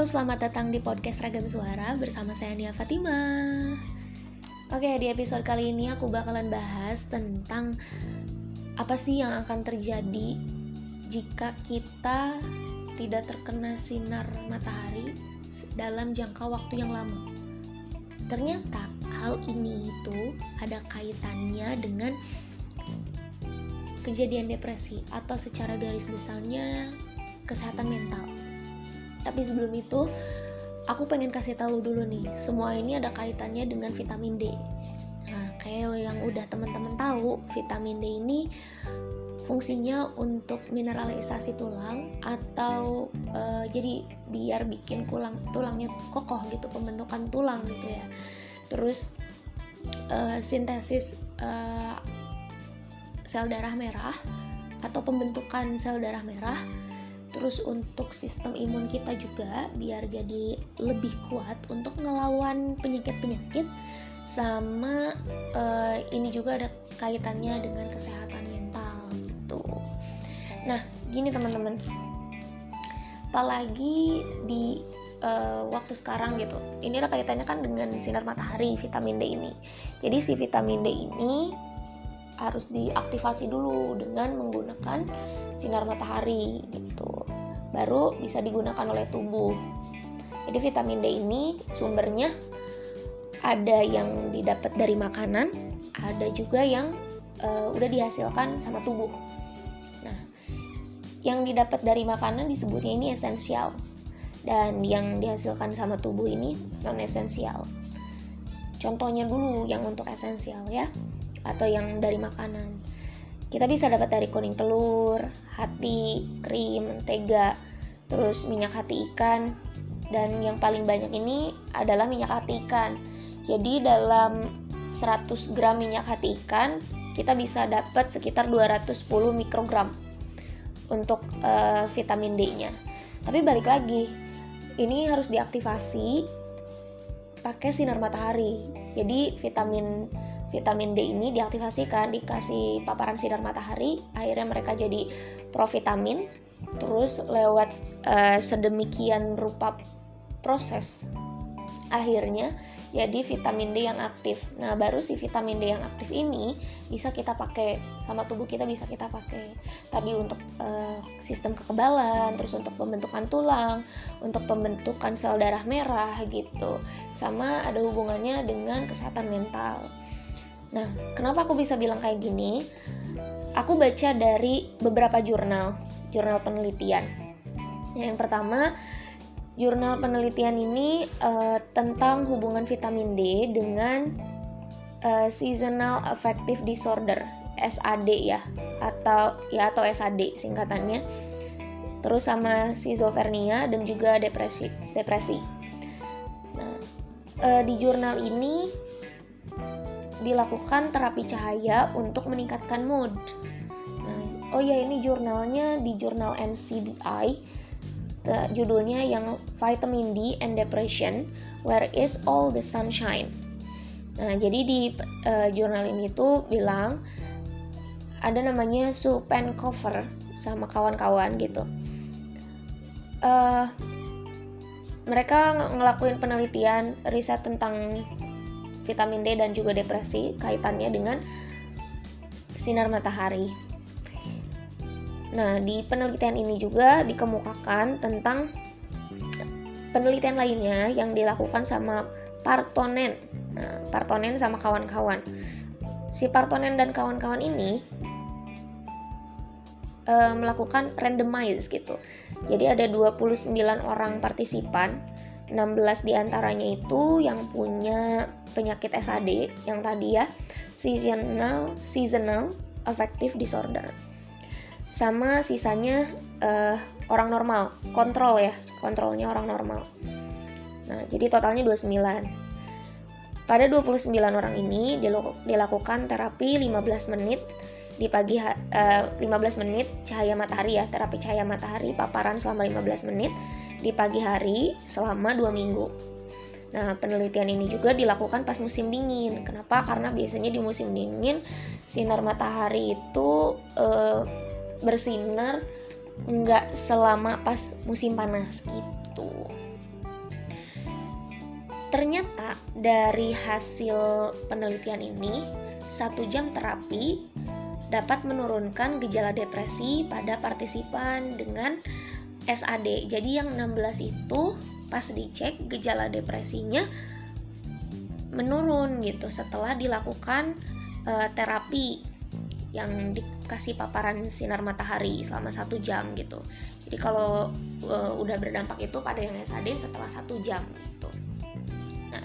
selamat datang di podcast Ragam Suara bersama saya Nia Fatima. Oke, di episode kali ini aku bakalan bahas tentang apa sih yang akan terjadi jika kita tidak terkena sinar matahari dalam jangka waktu yang lama. Ternyata hal ini itu ada kaitannya dengan kejadian depresi atau secara garis besarnya kesehatan mental. Tapi sebelum itu, aku pengen kasih tahu dulu nih, semua ini ada kaitannya dengan vitamin D. Nah, kayak yang udah teman-teman tahu, vitamin D ini fungsinya untuk mineralisasi tulang atau jadi biar bikin tulangnya kokoh gitu, pembentukan tulang gitu ya. Terus sintesis sel darah merah atau pembentukan sel darah merah. Terus untuk sistem imun kita juga biar jadi lebih kuat untuk ngelawan penyakit-penyakit. Sama ini juga ada kaitannya dengan kesehatan mental gitu. Nah, gini teman-teman, apalagi di waktu sekarang gitu, ini ada kaitannya kan dengan sinar matahari, vitamin D ini. Jadi si vitamin D ini harus diaktifasi dulu dengan menggunakan sinar matahari gitu, baru bisa digunakan oleh tubuh. Jadi vitamin D ini sumbernya ada yang didapat dari makanan, ada juga yang udah dihasilkan sama tubuh. Nah, yang didapat dari makanan disebutnya ini esensial, dan yang dihasilkan sama tubuh ini non esensial. Contohnya dulu yang untuk esensial ya, atau yang dari makanan. Kita bisa dapat dari kuning telur, hati, krim, mentega, terus minyak hati ikan, dan yang paling banyak ini adalah minyak hati ikan. Jadi dalam 100 gram minyak hati ikan, kita bisa dapat sekitar 210 mikrogram untuk vitamin D-nya. Tapi balik lagi, ini harus diaktifasi pakai sinar matahari. Jadi vitamin D ini diaktifasikan, dikasih paparan sinar matahari, akhirnya mereka jadi provitamin. Terus lewat sedemikian rupa proses, akhirnya jadi vitamin D yang aktif. Nah, baru si vitamin D yang aktif ini bisa kita pakai sama tubuh kita, bisa kita pakai tadi untuk sistem kekebalan, terus untuk pembentukan tulang, untuk pembentukan sel darah merah gitu. Sama ada hubungannya dengan kesehatan mental. Nah, kenapa aku bisa bilang kayak gini? Aku baca dari beberapa jurnal penelitian. Yang pertama, jurnal penelitian ini tentang hubungan vitamin D dengan seasonal affective disorder, SAD ya, atau SAD singkatannya. Terus sama schizophrenia dan juga depresi. Nah, di jurnal ini dilakukan terapi cahaya untuk meningkatkan mood. Nah, ini jurnalnya di jurnal NCBI, judulnya yang Vitamin D and Depression, Where is All the Sunshine? Nah, jadi di jurnal ini tuh bilang ada namanya Sue Pencover sama kawan-kawan gitu. Mereka ngelakuin penelitian riset tentang vitamin D dan juga depresi, kaitannya dengan sinar matahari. Nah, di penelitian ini juga dikemukakan tentang penelitian lainnya yang dilakukan sama Partonen. Nah, Partonen sama kawan-kawan. Si Partonen dan kawan-kawan ini melakukan randomize gitu. Jadi ada 29 orang partisipan, 16 diantaranya itu yang punya penyakit SAD yang tadi ya, seasonal affective disorder. Sama sisanya orang normal, kontrolnya orang normal. Nah, jadi totalnya 29. Pada 29 orang ini dilakukan terapi 15 menit di pagi 15 menit cahaya matahari ya, terapi cahaya matahari paparan selama 15 menit di pagi hari selama 2 minggu. Nah, penelitian ini juga dilakukan pas musim dingin. Kenapa? Karena biasanya di musim dingin sinar matahari itu bersinar nggak selama pas musim panas gitu. Ternyata dari hasil penelitian ini, 1 jam terapi dapat menurunkan gejala depresi pada partisipan dengan SAD. Jadi yang 16 itu pas dicek gejala depresinya menurun gitu setelah dilakukan terapi yang dikasih paparan sinar matahari selama 1 jam gitu. Jadi kalau udah berdampak itu pada yang SAD setelah 1 jam gitu. Nah,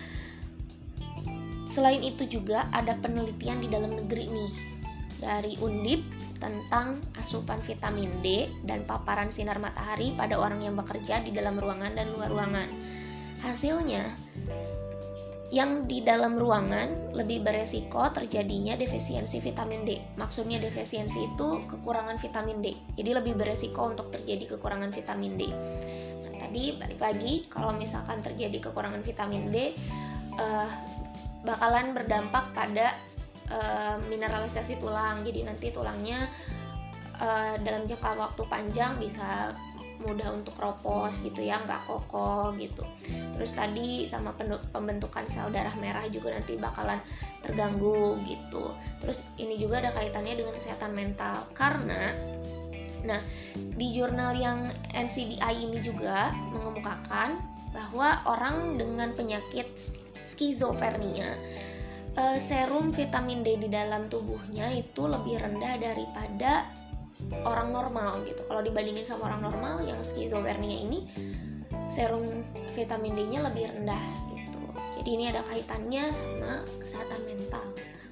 selain itu juga ada penelitian di dalam negeri nih dari Undip tentang asupan vitamin D dan paparan sinar matahari pada orang yang bekerja di dalam ruangan dan luar ruangan. Hasilnya, yang di dalam ruangan lebih beresiko terjadinya defisiensi vitamin D. Maksudnya defisiensi itu kekurangan vitamin D. Jadi lebih beresiko untuk terjadi kekurangan vitamin D. Nah, tadi balik lagi, kalau misalkan terjadi kekurangan vitamin D, bakalan berdampak pada mineralisasi tulang. Jadi nanti tulangnya dalam jangka waktu panjang bisa mudah untuk ropos gitu ya, nggak kokoh gitu. Terus tadi sama pembentukan sel darah merah juga nanti bakalan terganggu gitu. Terus ini juga ada kaitannya dengan kesehatan mental karena di jurnal yang NCBI ini juga mengemukakan bahwa orang dengan penyakit skizofrenia, serum vitamin D di dalam tubuhnya itu lebih rendah daripada orang normal gitu. Kalau dibandingin sama orang normal yang skizofrenia ini, serum vitamin D-nya lebih rendah gitu. Jadi ini ada kaitannya sama kesehatan mental.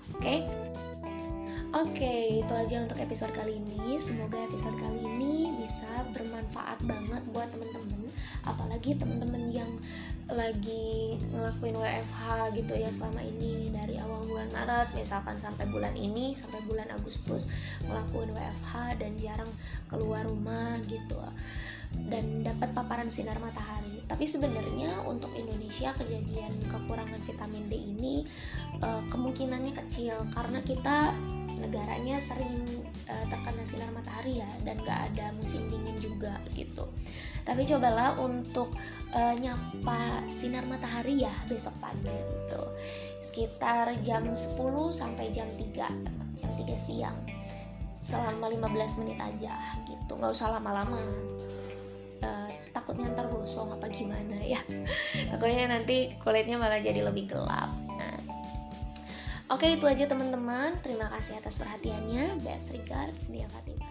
Oke, itu aja untuk episode kali ini. Semoga episode kali ini bisa bermanfaat banget buat temen-temen, apalagi temen-temen yang lagi ngelakuin WFH gitu ya selama ini dari awal bulan Maret misalkan sampai bulan ini, sampai bulan Agustus ngelakuin WFH dan jarang keluar rumah gitu dan dapat paparan sinar matahari. Tapi sebenarnya untuk Indonesia kejadian kekurangan vitamin D ini kemungkinannya kecil karena kita negaranya sering terkena sinar matahari ya, dan gak ada musim dingin juga gitu. Tapi cobalah untuk nyapa sinar matahari ya besok pagi gitu, sekitar jam 10 sampai jam 3 siang, selama 15 menit aja gitu, gak usah lama-lama. Takutnya ntar gosong apa gimana ya. Takutnya nanti kulitnya malah jadi lebih gelap. Oke, itu aja teman-teman. Terima kasih atas perhatiannya. Best regards, Nia Fatimah.